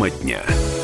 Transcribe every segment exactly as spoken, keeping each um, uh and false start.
Тема дня.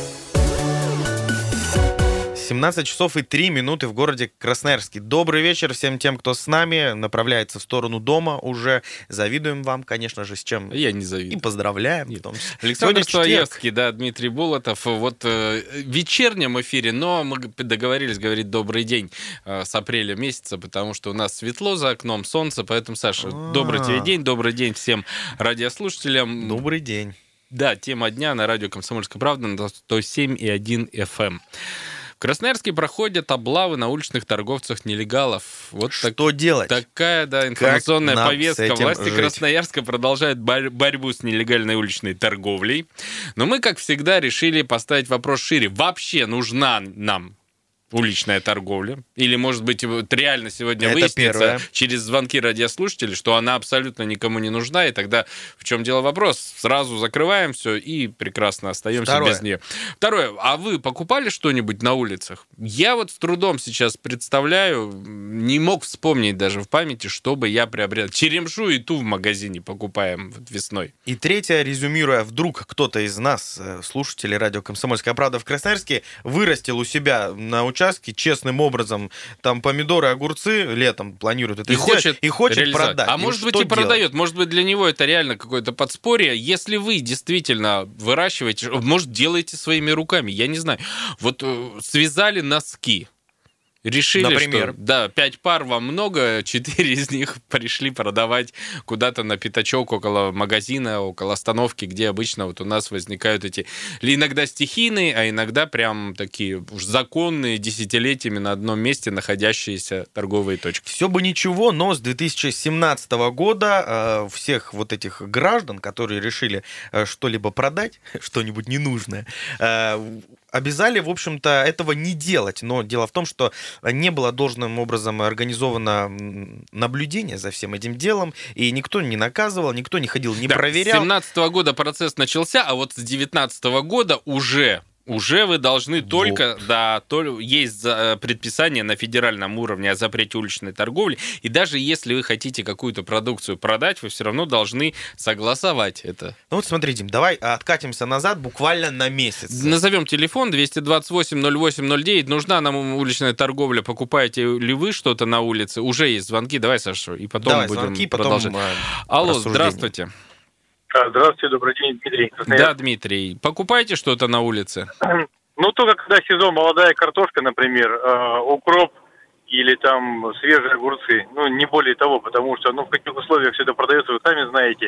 семнадцать часов и три минуты в городе Красноярске. Добрый вечер всем тем, кто с нами, направляется в сторону дома уже. Завидуем вам, конечно же, с чем. Я не завидую. И поздравляем. Нет. В том числе. Александр Стоевский, да, Дмитрий Болотов. Вот э, в вечернем эфире, но мы договорились говорить добрый день э, с апреля месяца, потому что у нас светло за окном, солнце, поэтому, Саша, А-а-а. добрый тебе день, добрый день всем радиослушателям. Добрый день. Да, тема дня на радио «Комсомольская правда» на сто семь и один эф эм. В Красноярске проходят облавы на уличных торговцах-нелегалов. Вот Что так, делать? Такая, да, информационная Как нам повестка. с этим Власти жить? Красноярска продолжают борь- борьбу с нелегальной уличной торговлей. Но мы, как всегда, решили поставить вопрос шире. Вообще нужна нам уличная торговля? Или, может быть, вот реально сегодня Это выяснится первое. через звонки радиослушателей, что она абсолютно никому не нужна, и тогда в чем дело вопрос? Сразу закрываем все и прекрасно остаемся Второе. без нее. Второе. А вы покупали что-нибудь на улицах? Я вот с трудом сейчас представляю, не мог вспомнить даже в памяти, чтобы я приобрел. Черемшу и ту в магазине покупаем вот весной. И третье, резюмируя, вдруг кто-то из нас, э, слушателей радио «Комсомольская правда» в Красноярске, вырастил у себя на участке честным образом там помидоры, огурцы, летом планирует это И сделать, хочет, и хочет реализовать. продать. А И может что быть и делать? продает. Может быть для него это реально какое-то подспорье. Если вы действительно выращиваете, может делаете своими руками, я не знаю. Вот э, связали носки. Решили, Например? что да, пять пар вам много, четыре из них пришли продавать куда-то на пятачок около магазина, около остановки, где обычно вот у нас возникают эти иногда стихийные, а иногда прям такие уж законные, десятилетиями на одном месте находящиеся торговые точки. Все бы ничего, но с две тысячи семнадцатого года э, всех вот этих граждан, которые решили э, что-либо продать, что-нибудь ненужное, э, обязали, в общем-то, этого не делать. Но дело в том, что не было должным образом организовано наблюдение за всем этим делом, и никто не наказывал, никто не ходил, не Да, проверял. С семнадцатого года процесс начался, а вот с девятнадцатого года уже... Уже вы должны Вот. только, да, то, есть за- предписание на федеральном уровне о запрете уличной торговли, и даже если вы хотите какую-то продукцию продать, вы все равно должны согласовать это. Ну вот смотри, Дим, давай откатимся назад буквально на месяц. Назовем телефон двести двадцать восемь ноль восемь ноль девять. Нужна нам уличная торговля, покупаете ли вы что-то на улице? Уже есть звонки, давай, Саша, и потом Давай будем звонки, потом продолжать. э, Алло, рассуждения. здравствуйте. Здравствуйте, добрый день, Дмитрий. Да, Дмитрий, покупаете что-то на улице? Ну, только когда сезон, молодая картошка, например, э, укроп или там свежие огурцы, ну, не более того, потому что, ну, в каких условиях все это продается, вы сами знаете.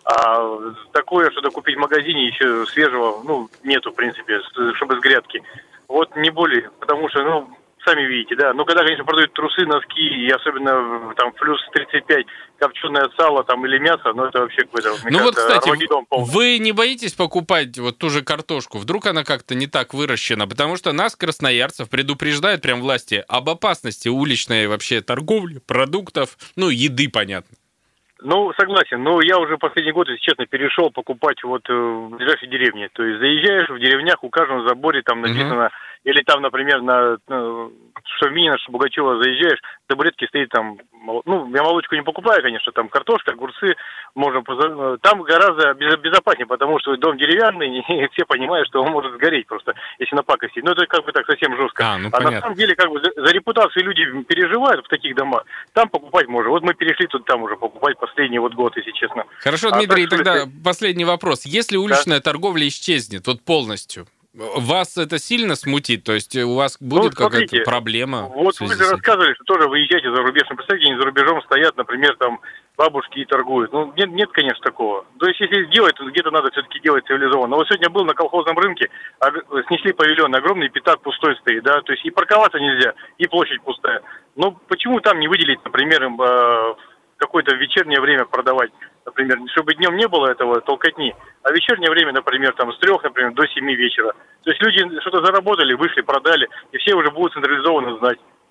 А такое, что-то купить в магазине еще свежего, ну, нету, в принципе, чтобы с грядки. Вот не более, потому что, ну, сами видите, да. Ну, когда, конечно, продают трусы, носки, и особенно там плюс тридцать пять, копченое сало там или мясо, ну, это вообще какой-то, мне Ну вот, кажется, кстати, Армагеддон полный. вы не боитесь покупать вот ту же картошку? Вдруг она как-то не так выращена? Потому что нас, красноярцев, предупреждают прям власти об опасности уличной вообще торговли, продуктов, ну, еды, понятно. Ну, согласен, но я уже последний год, если честно, перешел покупать вот э, в ближайшей деревне. То есть заезжаешь в деревнях, у каждого заборе там написано, mm-hmm. или там, например, на э, Шавминина, Шабугачева заезжаешь, в табуретке стоит там, ну, я молочку не покупаю, конечно, там картошка, огурцы, можно, там гораздо безопаснее, потому что дом деревянный, и все понимают, что он может сгореть просто, если напакостить. Ну, это как бы так совсем жестко. А, ну, а понятно. на самом деле, как бы, за, за репутацию люди переживают в таких домах, там покупать можно. Вот мы перешли тут там уже покупать последний вот год, если честно. Хорошо, а Дмитрий, так, тогда если... последний вопрос. Если уличная да. торговля исчезнет, вот полностью, вас это сильно смутит? То есть у вас будет ну, какая-то проблема? Вот вы же рассказывали, что тоже выезжаете за рубеж. Ну, представьте, они за рубежом стоят, например, там бабушки и торгуют. Ну, нет, нет, конечно, такого. То есть, если делать, то где-то надо все-таки делать цивилизованно. Но вот сегодня был на колхозном рынке, снесли павильон, огромный пятак пустой стоит, да, то есть и парковаться нельзя, и площадь пустая. Но почему там не выделить, например, им в какое-то вечернее время продавать, например, чтобы днем не было этого толкотни, а вечернее время, например, там с трех, например, до семи вечера. То есть люди что-то заработали, вышли, продали, и все уже будут централизованно знать.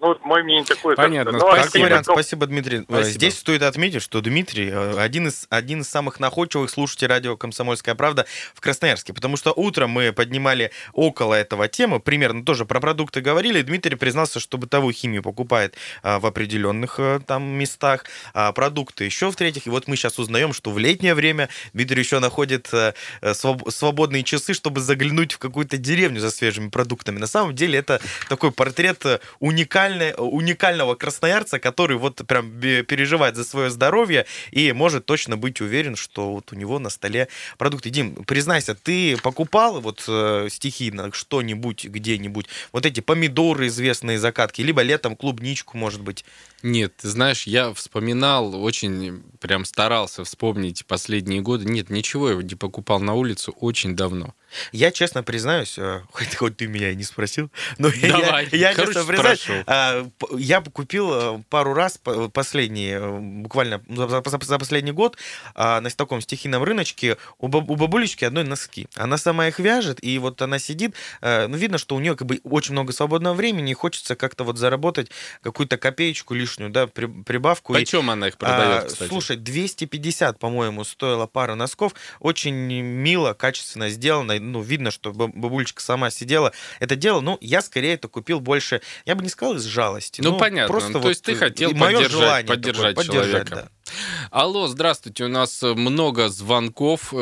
Ну, вот мое мнение такое. Понятно. Ну, Как вариант, спасибо, Дмитрий. Спасибо. Здесь стоит отметить, что Дмитрий один из, один из самых находчивых слушателей радио «Комсомольская правда» в Красноярске, потому что утром мы поднимали около этого темы, примерно тоже про продукты говорили, и Дмитрий признался, что бытовую химию покупает а, в определенных а, там местах, а продукты еще в-третьих, и вот мы сейчас узнаем, что в летнее время Дмитрий еще находит а, своб- свободные часы, чтобы заглянуть в какую-то деревню за свежими продуктами. На самом деле это такой портрет уникальный, уникального красноярца, который вот прям переживает за свое здоровье и может точно быть уверен, что вот у него на столе продукты. Дим, признайся, ты покупал вот э, стихийно что-нибудь где-нибудь? Вот эти помидоры известные закатки, либо летом клубничку, может быть? Нет, ты знаешь, я вспоминал, очень прям старался вспомнить последние годы. Нет, ничего я не покупал на улицу очень давно. Я честно признаюсь, хоть, хоть ты меня и не спросил, но Давай, я, я короче, честно признаюсь, спрошу. я купил пару раз последние, буквально за, за последний год на таком стихийном рыночке у, баб, у бабулечки одной носки. Она сама их вяжет, и вот она сидит, ну, видно, что у нее как бы очень много свободного времени, и хочется как-то вот заработать какую-то копеечку лишнюю, да, прибавку. Почем и, она их продает, а, кстати? Слушай, двести пятьдесят, по-моему, стоила пара носков. Очень мило, качественно сделано. Ну, видно, что бабулечка сама сидела. Это дело, ну, я скорее это купил больше, я бы не сказал из жалости. Ну, ну понятно. Просто То вот есть ты хотел мое поддержать, желание поддержать такое, человека. Поддержать, да. Алло, здравствуйте, у нас много звонков.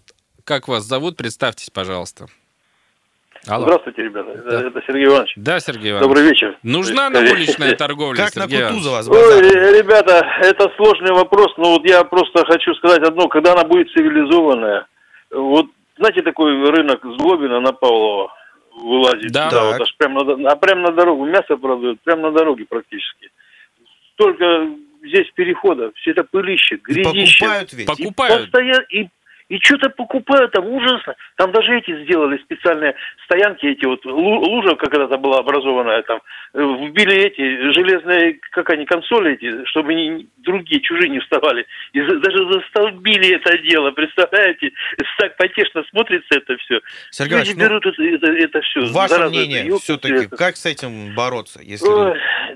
Как вас зовут? Представьтесь, пожалуйста. Алло. Здравствуйте, ребята. Да. Это Сергей Иванович. Да, Сергей Иванович. Добрый вечер. Нужна нам уличная торговля, Как на Сергей Кутузова Иванович? с Ой, базаром. ребята, это сложный вопрос, но вот я просто хочу сказать одно. Когда она будет цивилизованная, вот знаете, такой рынок Злобина на Павлова вылазит Да. сюда, вот аж прямо на, а прямо на дорогу, мясо продают, прямо на дороге практически. Столько здесь переходов, все это пылище, И грязище. покупают ведь. Покупают. Постоянно, и, и что-то покупают, там ужасно. Там даже эти сделали специальные стоянки, эти вот, лу- лужа когда-то была образованная, там, э, вбили эти железные, как они, консоли эти, чтобы ни, другие, чужие не вставали. И за- даже застолбили это дело, представляете? Так потешно смотрится это все. Сергей Люди Иванович, ну, берут это, это, это все. ваше мнение все-таки, как с этим бороться? Если... Ой,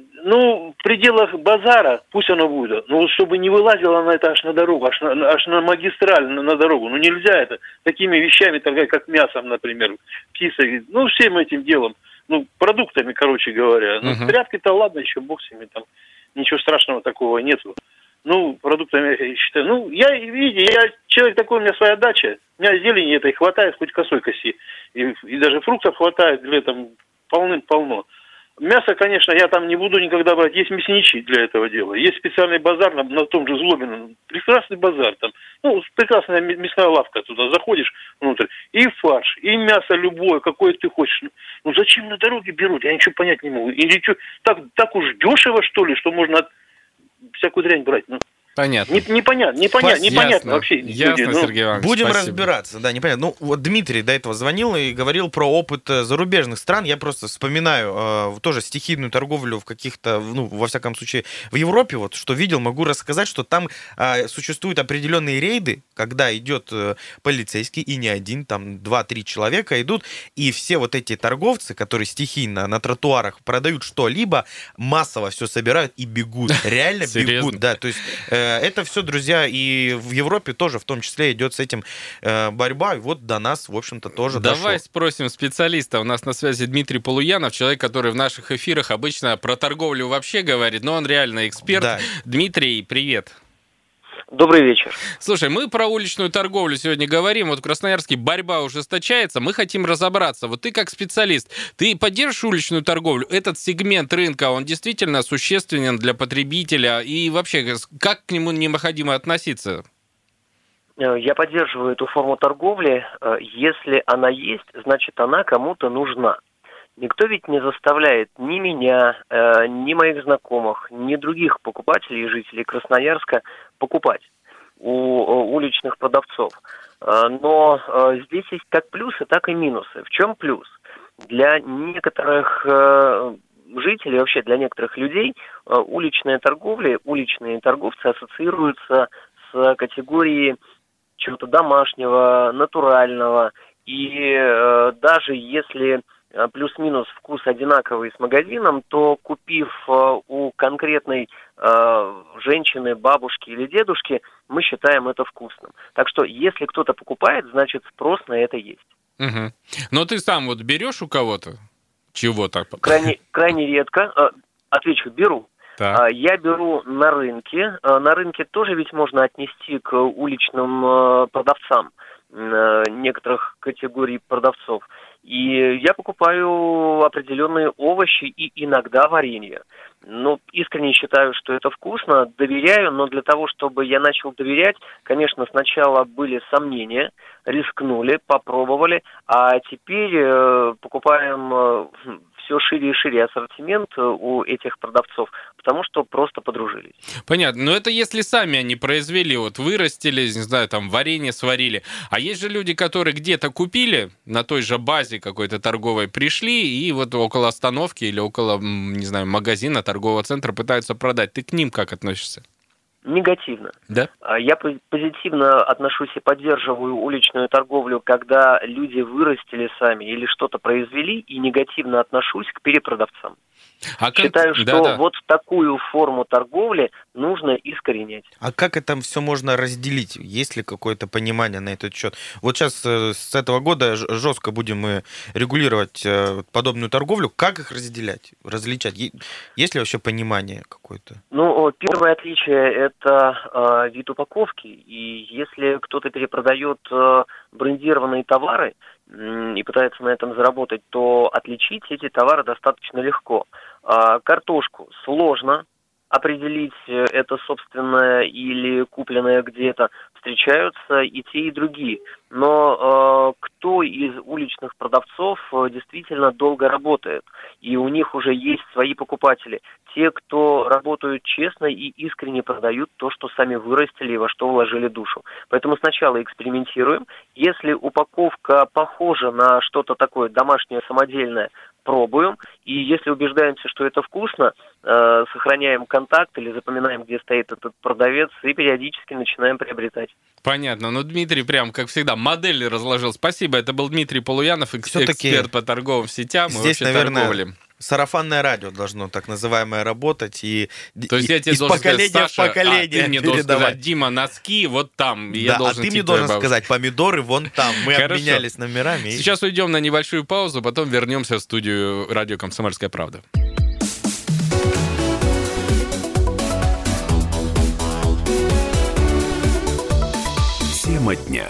ну, в пределах базара, пусть оно будет, но вот чтобы не вылазило она это аж на дорогу, аж на, аж на магистраль, на, на дорогу. Ну, нельзя это такими вещами торговать, как мясом, например, птицей, ну, всем этим делом, ну, продуктами, короче говоря. Ну, Мгм. тряпки-то ладно, еще бог с ними, там, ничего страшного такого нету. Ну, продуктами, я считаю, ну, я, видите, я человек такой, у меня своя дача, у меня зелени этой хватает, хоть косой коси, и, и даже фруктов хватает летом полным-полно. Мясо, конечно, я там не буду никогда брать. Есть мясничий для этого дела. Есть специальный базар на, на том же Злобино. Прекрасный базар там. Ну, прекрасная мясная лавка. Туда заходишь внутрь. И фарш, и мясо любое, какое ты хочешь. Ну, зачем на дороге берут? Я ничего понять не могу. Или что, так, так уж дешево, что ли, что можно всякую дрянь брать? Ну, Понятно. не, непонятно, непонятно, Спасибо. непонятно Ясно. вообще. Ясно, люди, ну, Сергей Иванович. Будем спасибо. разбираться, да, непонятно. Ну, вот Дмитрий до этого звонил и говорил про опыт э, зарубежных стран. Я просто вспоминаю э, тоже стихийную торговлю в каких-то, ну, во всяком случае, в Европе, вот, что видел, могу рассказать, что там э, существуют определенные рейды, когда идет э, полицейский, и не один, там, два-три человека идут, и все вот эти торговцы, которые стихийно на тротуарах продают что-либо, массово все собирают и бегут. Реально Серьезно? бегут, да, то есть э, это все, друзья, и в Европе тоже в том числе идет с этим э, борьба, и вот до нас, в общем-то, тоже Давай дошло. спросим специалиста. У нас на связи Дмитрий Полуянов, человек, который в наших эфирах обычно про торговлю вообще говорит, но он реально эксперт. Да. Дмитрий, привет. Добрый вечер. Слушай, мы про уличную торговлю сегодня говорим. Вот в Красноярске борьба ужесточается. Мы хотим разобраться. Вот ты как специалист, ты поддержишь уличную торговлю? Этот сегмент рынка, он действительно существенен для потребителя? И вообще, как к нему необходимо относиться? Я поддерживаю эту форму торговли. Если она есть, значит, она кому-то нужна. Никто ведь не заставляет ни меня, ни моих знакомых, ни других покупателей и жителей Красноярска покупать у уличных продавцов. Но здесь есть как плюсы, так и минусы. В чем плюс? Для некоторых жителей, вообще для некоторых людей, уличная торговля, уличные торговцы ассоциируются с категорией чего-то домашнего, натурального. И даже если плюс-минус вкус одинаковый с магазином, то купив у конкретной э, женщины, бабушки или дедушки, мы считаем это вкусным. Так что если кто-то покупает, значит спрос на это есть. Угу. Но ты сам вот берешь у кого-то чего-то? Крайне, крайне редко. Э, отвечу, беру. Так. Я беру на рынке. На рынке тоже ведь можно отнести к уличным продавцам некоторых категорий продавцов. И я покупаю определенные овощи и иногда варенье. Ну, искренне считаю, что это вкусно, доверяю, но для того, чтобы я начал доверять, конечно, сначала были сомнения, рискнули, попробовали, а теперь э, покупаем э, все шире и шире ассортимент у этих продавцов, потому что просто подружились. Понятно, но это если сами они произвели, вот вырастили, не знаю, там варенье сварили, а есть же люди, которые где-то купили, на той же базе какой-то торговой пришли, и вот около остановки или около, не знаю, магазина, торгового центра пытаются продать. Ты к ним как относишься? Негативно. Да? Я позитивно отношусь и поддерживаю уличную торговлю, когда люди вырастили сами или что-то произвели, и негативно отношусь к перепродавцам. А как... Считаю, что да, да. вот такую форму торговли нужно искоренять. А как это все можно разделить? Есть ли какое-то понимание на этот счет? Вот сейчас с этого года жестко будем мы регулировать подобную торговлю. Как их разделять, различать? Есть ли вообще понимание какое-то? Ну, первое отличие – это э, вид упаковки. И если кто-то перепродает э, брендированные товары и пытается на этом заработать, то отличить эти товары достаточно легко. А, картошку сложно определить, это собственное или купленное где-то. Встречаются и те, и другие. Но э, кто из уличных продавцов действительно долго работает, и у них уже есть свои покупатели. Те, кто работают честно и искренне продают то, что сами вырастили и во что вложили душу. Поэтому сначала экспериментируем. Если упаковка похожа на что-то такое домашнее, самодельное, пробуем. И если убеждаемся, что это вкусно, э, сохраняем контакт или запоминаем, где стоит этот продавец, и периодически начинаем приобретать. Понятно. Ну, Дмитрий, прям, как всегда, модели разложил. Спасибо. Это был Дмитрий Полуянов, экс- эксперт по торговым сетям и здесь, вообще наверное, торговле. Сарафанное радио должно, так называемое, работать и, То есть и, я тебе из должен поколения сказать, Саша, в поколение а ты мне передавать. должен сказать, Дима, носки вот там. И да, я должен а ты мне должен бабушке. сказать, помидоры вон там. Мы Хорошо. обменялись номерами. Сейчас уйдем на небольшую паузу, потом вернемся в студию радио «Комсомольская правда». Тема дня.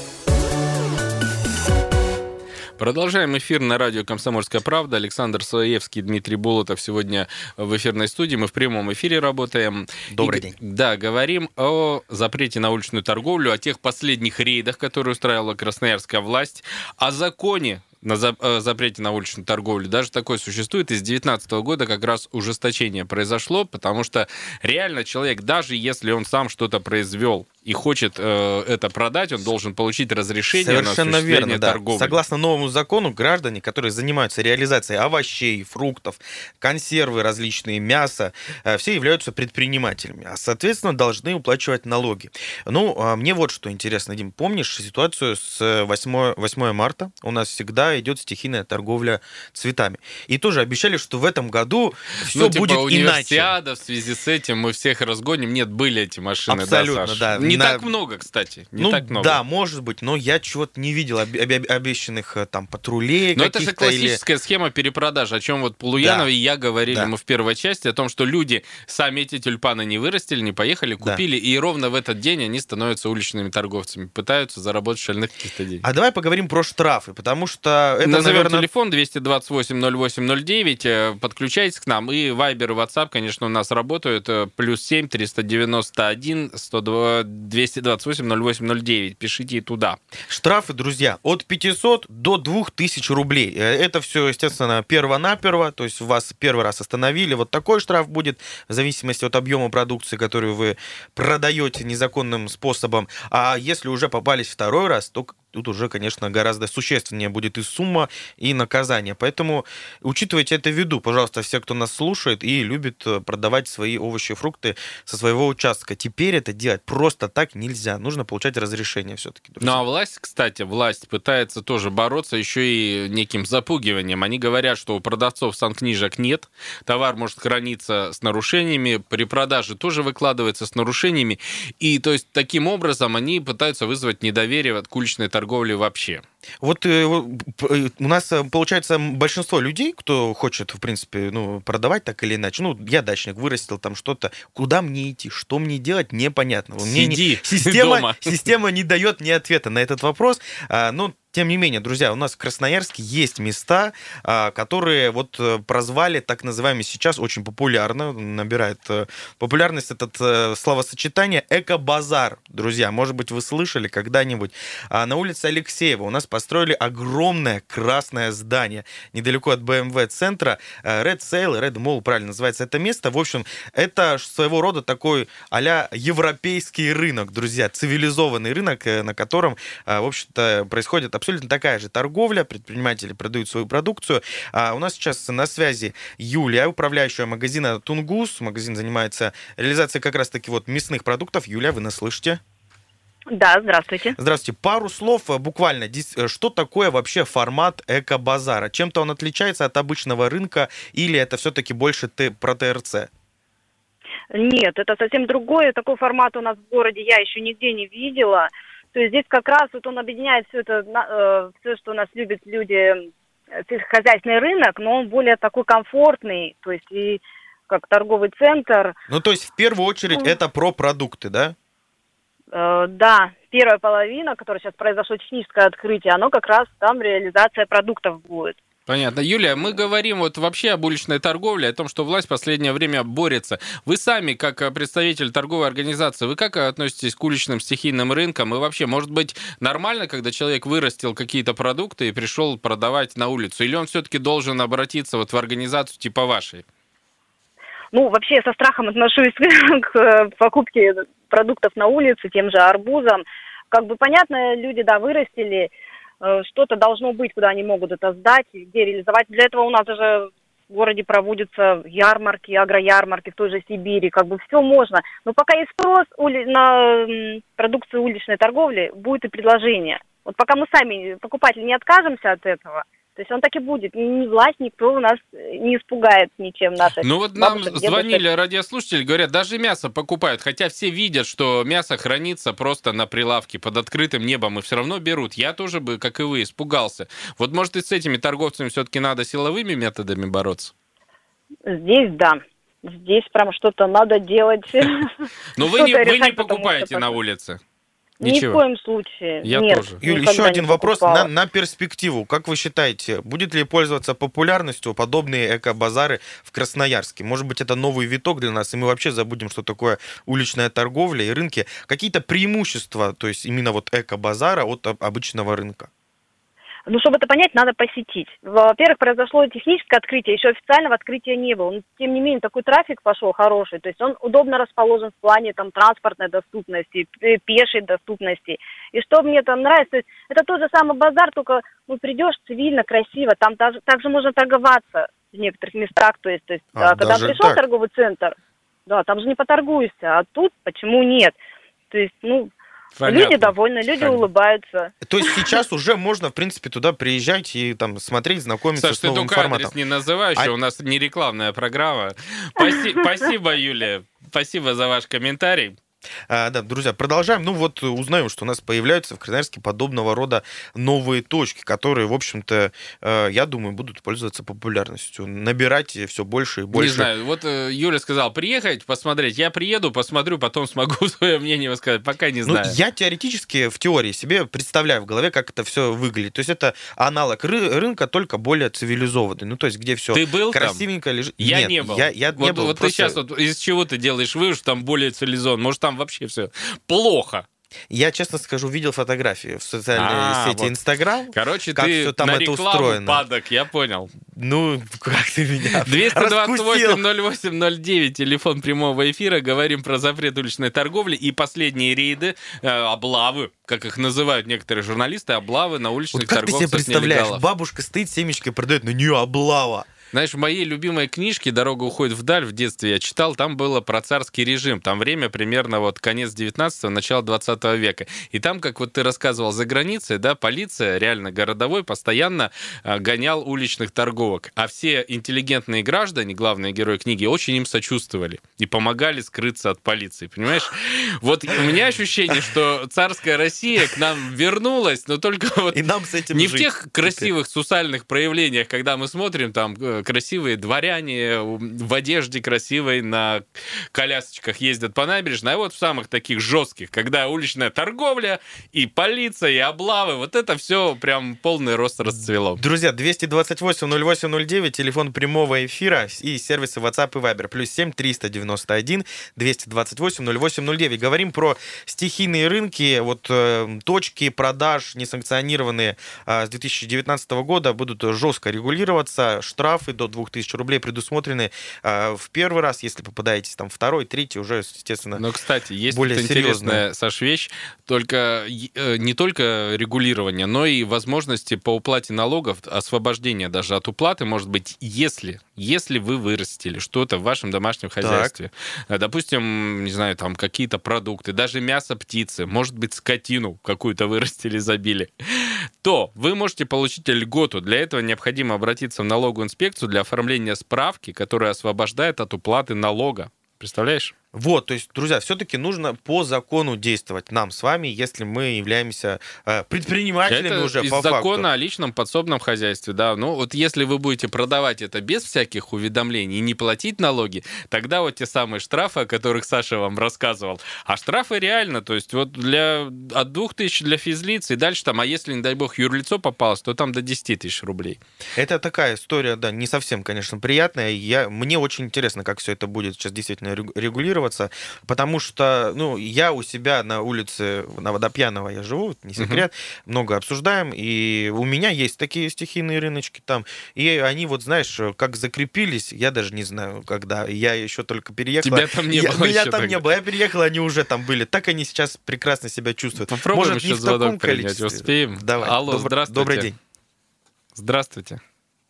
Продолжаем эфир на радио «Комсомольская правда». Александр Солоевский, Дмитрий Болотов сегодня в эфирной студии. Мы в прямом эфире работаем. Добрый и, день. Да, говорим о запрете на уличную торговлю, о тех последних рейдах, которые устраивала красноярская власть, о законе на запрете на уличную торговлю. Даже такое существует. И с две тысячи девятнадцатого года как раз ужесточение произошло, потому что реально человек, даже если он сам что-то произвел и хочет э, это продать, он должен получить разрешение на осуществление верно, да. торговли. Согласно новому закону, граждане, которые занимаются реализацией овощей, фруктов, консервы различные, мясо, э, все являются предпринимателями, а, соответственно, должны уплачивать налоги. Ну, а мне вот что интересно, Дим, помнишь ситуацию с восьмого марта? У нас всегда идет стихийная торговля цветами. И тоже обещали, что в этом году все ну, типа будет универсиада, иначе. в свизи с этим мы всех разгоним. Нет, были эти машины, абсолютно, да, Саша? Да. Не На... так много, кстати. Не ну, так много. Да, может быть, но я чего-то не видел об... об... обещанных там патрулей. Но это же классическая или... схема перепродажи, о чем вот Полуянов да. и я говорили да. мы в первой части, о том, что люди сами эти тюльпаны не вырастили, не поехали, купили, да. и ровно в этот день они становятся уличными торговцами, пытаются заработать шальных каких-то денег. А давай поговорим про штрафы, потому что это, Назовем наверное... телефон двести двадцать восемь ноль восемь ноль девять, подключайтесь к нам, и Viber и WhatsApp, конечно, у нас работают, плюс семь триста девяносто один сто два двести двадцать восемь ноль восемь ноль девять, пишите туда. Штрафы, друзья, от пятисот до двух тысяч рублей. Это все, естественно, перво-наперво, то есть вас первый раз остановили, вот такой штраф будет, в зависимости от объема продукции, которую вы продаете незаконным способом. А если уже попались второй раз, то тут уже, конечно, гораздо существеннее будет и сумма, и наказание. Поэтому учитывайте это в виду, пожалуйста, все, кто нас слушает и любит продавать свои овощи и фрукты со своего участка. Теперь это делать просто так нельзя. Нужно получать разрешение все-таки. Ну а власть, кстати, власть пытается тоже бороться еще и неким запугиванием. Они говорят, что у продавцов санкнижек нет, товар может храниться с нарушениями, при продаже тоже выкладывается с нарушениями. И то есть таким образом они пытаются вызвать недоверие к уличной торговле вообще. Вот э, у нас, получается, большинство людей, кто хочет, в принципе, ну, продавать так или иначе, ну, я дачник, вырастил там что-то, куда мне идти, что мне делать, непонятно. Сиди мне не, система, дома. Система не дает мне ответа на этот вопрос, а, но тем не менее, друзья, у нас в Красноярске есть места, которые вот прозвали так называемый сейчас очень популярно, набирает популярность это словосочетание «эко-базар». Друзья, может быть, вы слышали когда-нибудь. На улице Алексеева у нас построили огромное красное здание недалеко от бэ эм вэ-центра. Red Sale, Red Mall, правильно называется это место. В общем, это своего рода такой а-ля европейский рынок, друзья, цивилизованный рынок, на котором, в общем-то, происходит абсолютно такая же торговля, предприниматели продают свою продукцию. А у нас сейчас на связи Юлия, управляющая магазина «Тунгус». Магазин занимается реализацией как раз-таки вот мясных продуктов. Юлия, вы нас слышите? Да, здравствуйте. Здравствуйте. Пару слов буквально. Что такое вообще формат эко-базара? Чем-то он отличается от обычного рынка или это все-таки больше про тэ эр цэ? Нет, это совсем другое. Такой формат у нас в городе я еще нигде не видела. То есть здесь как раз вот он объединяет все это, э, все, что у нас любят люди, сельскохозяйственный рынок, но он более такой комфортный, то есть и как торговый центр. Ну, то есть в первую очередь ну, это про продукты, да? Э, да, первая половина, которая сейчас произошло техническое открытие, оно как раз там реализация продуктов будет. Понятно. Юлия, мы говорим вот вообще об уличной торговле, о том, что власть в последнее время борется. Вы сами, как представитель торговой организации, вы как относитесь к уличным стихийным рынкам? И вообще, может быть, нормально, когда человек вырастил какие-то продукты и пришел продавать на улицу? Или он все-таки должен обратиться вот в организацию типа вашей? Ну, вообще, я со страхом отношусь к покупке продуктов на улице, тем же арбузом. Как бы понятно, люди, да, вырастили, что-то должно быть, куда они могут это сдать, где реализовать. Для этого у нас даже в городе проводятся ярмарки, агроярмарки в той же Сибири. Как бы все можно. Но пока есть спрос на продукцию уличной торговли, будет и предложение. Вот пока мы сами, покупатели, не откажемся от этого, то есть он так и будет. Ни власть, никто у нас не испугает ничем наших. Ну вот нам звонили радиослушатели, говорят, даже мясо покупают, хотя все видят, что мясо хранится просто на прилавке под открытым небом, и все равно берут. Я тоже бы, как и вы, испугался. Вот может и с этими торговцами все-таки надо силовыми методами бороться? Здесь да. Здесь прям что-то надо делать. Но вы не покупаете на улице? Ничего. Ни в коем случае. Я Нет, тоже. Юль, еще один вопрос на, на перспективу. Как вы считаете, будет ли пользоваться популярностью подобные эко-базары в Красноярске? Может быть, это новый виток для нас, и мы вообще забудем, что такое уличная торговля и рынки. Какие-то преимущества, то есть именно вот эко-базара от обычного рынка? Ну, чтобы это понять, надо посетить. Во-первых, произошло техническое открытие, еще официального открытия не было. Но, тем не менее, такой трафик пошел хороший. То есть он удобно расположен в плане там, транспортной доступности, пешей доступности. И что мне там нравится, то есть это тот же самый базар, только ну, придешь цивильно, красиво. Там также, также можно торговаться в некоторых местах. То есть, то есть а, когда пришел в торговый центр, да, там же не поторгуешься. А тут почему нет? То есть, ну... Понятно. Люди довольны, люди Понятно. улыбаются. То есть сейчас уже можно, в принципе, туда приезжать и там смотреть, знакомиться Саш, с новым ты форматом. Адрес не называешь, а... у нас не рекламная программа. Спасибо, Юлия. Спасибо за ваш комментарий. А, да, друзья, продолжаем. Ну вот узнаем, что у нас появляются в Красноярске подобного рода новые точки, которые, в общем-то, я думаю, будут пользоваться популярностью, набирать все больше и больше. Не знаю, вот Юля сказала, приехать, посмотреть. Я приеду, посмотрю, потом смогу свое мнение высказать. Пока не знаю. Ну, я теоретически, в теории себе представляю в голове, как это все выглядит. То есть это аналог ры- рынка, только более цивилизованный. Ну, то есть где все ты был красивенько там? лежит. Я Нет, не был. Я, я вот не был. Вот просто... ты сейчас, вот, из чего ты делаешь вывод, что там более цивилизованно? Может, там вообще все плохо? Я, честно скажу, видел фотографии в социальной А, сети вот. Инстаграм. Короче, как ты всё там на это рекламу устроено. падок, я понял. Ну, как ты меня двести двадцать восемь раскусил. ноль восемь ноль девять, телефон прямого эфира. Говорим про запрет уличной торговли и последние рейды, э, облавы, как их называют некоторые журналисты, облавы на уличных Вот как ты себе торговцев представляешь, нелегалов. бабушка стоит, семечкой продает, на нее облава. Знаешь, в моей любимой книжке «Дорога уходит вдаль», в детстве я читал, там было про царский режим. Там время примерно вот конец девятнадцатого, начало двадцатого века. И там, как вот ты рассказывал, за границей, да, полиция, реально городовой, постоянно а, гонял уличных торговок. А все интеллигентные граждане, главные герои книги, очень им сочувствовали и помогали скрыться от полиции, понимаешь? Вот у меня ощущение, что царская Россия к нам вернулась, но только вот И нам с этим не в жить тех красивых сусальных проявлениях, когда мы смотрим там красивые дворяне в одежде красивой на колясочках ездят по набережной, а вот в самых таких жестких, когда уличная торговля и полиция, и облавы, вот это все прям полный рост расцвело. Друзья, двести двадцать восемь ноль восемь ноль девять, телефон прямого эфира и сервисы WhatsApp и Viber. Плюс семь триста девяносто один двести двадцать восемь ноль восемь ноль девять. Говорим про стихийные рынки. Вот э, точки продаж несанкционированные э, с две тысячи девятнадцатого года будут жестко регулироваться. Штрафы до двух тысяч рублей предусмотрены э, в первый раз. Если попадаетесь там второй, третий, уже, естественно, Но, кстати, есть более вот интересная, Саш, вещь, только, э, не только регулирование, но и возможности по уплате налогов, освобождение даже от уплаты, может быть, если, если вы вырастили что-то в вашем домашнем хозяйстве. Так. Допустим, не знаю, там какие-то продукты, даже мясо птицы, может быть, скотину какую-то вырастили, забили, то вы можете получить льготу. Для этого необходимо обратиться в налоговую инспекцию для оформления справки, которая освобождает от уплаты налога. Представляешь? Вот, то есть, друзья, все-таки нужно по закону действовать нам с вами, если мы являемся э, предпринимателями это уже из по закона факту. о личном подсобном хозяйстве, да. Ну, вот если вы будете продавать это без всяких уведомлений и не платить налоги, тогда вот те самые штрафы, о которых Саша вам рассказывал. А штрафы реально, то есть вот для от двух тысяч для физлиц и дальше там, а если, не дай бог, юрлицо попалось, то там до десяти тысяч рублей. Это такая история, да, не совсем, конечно, приятная. Я, мне очень интересно, как все это будет сейчас действительно регулироваться, потому что, ну, я у себя на улице, на Водопьянова я живу, не секрет, uh-huh. много обсуждаем, и у меня есть такие стихийные рыночки там, и они вот, знаешь, как закрепились, я даже не знаю, когда, я еще только переехал. Тебя там не я, было Меня еще там тогда. не было, я переехал, они уже там были, так они сейчас прекрасно себя чувствуют. Попробуем Может, еще не в таком звонок принять, количестве. успеем? Давай. Алло, Добр... здравствуйте. Добрый день. Здравствуйте.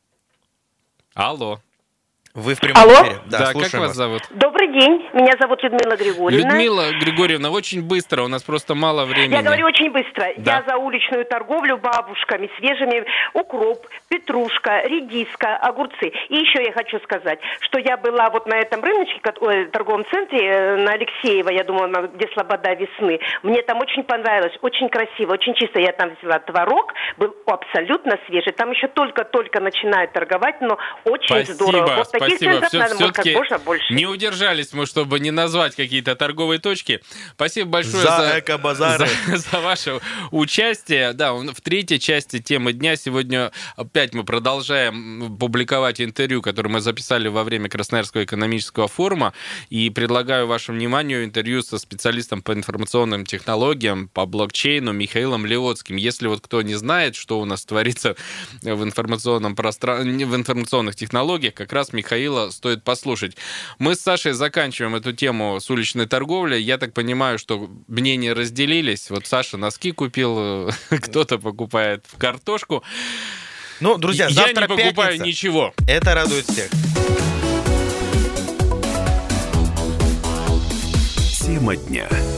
Алло. Вы в прямом Алло? эфире. Да, как слушаем вас зовут? Добрый день, меня зовут Людмила Григорьевна. Людмила Григорьевна, очень быстро, у нас просто мало времени. Я говорю очень быстро. Да. Я за уличную торговлю бабушками, свежими, укроп, петрушка, редиска, огурцы. И еще я хочу сказать, что я была вот на этом рыночке, в торговом центре на Алексеева, я думала, где Слобода весны. Мне там очень понравилось, очень красиво, очень чисто. Я там взяла творог, был абсолютно свежий. Там еще только-только начинают торговать, но очень Спасибо, здорово. Вот таких спасибо. центров Все, надо вот как все-таки можно больше. не удержались мы, чтобы не назвать какие-то торговые точки. Спасибо большое За за, эко-базары. за, за ваше участие. Да, в третьей части темы дня сегодня опять мы продолжаем публиковать интервью, которое мы записали во время Красноярского экономического форума. И предлагаю вашему вниманию интервью со специалистом по информационным технологиям, по блокчейну Михаилом Леоцким. Если вот кто не знает, что у нас творится в информационном пространстве, в информационных технологиях, как раз Михаила стоит послушать. Мы с Сашей заканчиваем эту тему с уличной торговлей. Я так понимаю, что мнения разделились. Вот Саша носки купил, кто-то покупает картошку. Ну, друзья, Я завтра не покупаю пятница. ничего. Это радует всех. Тема дня.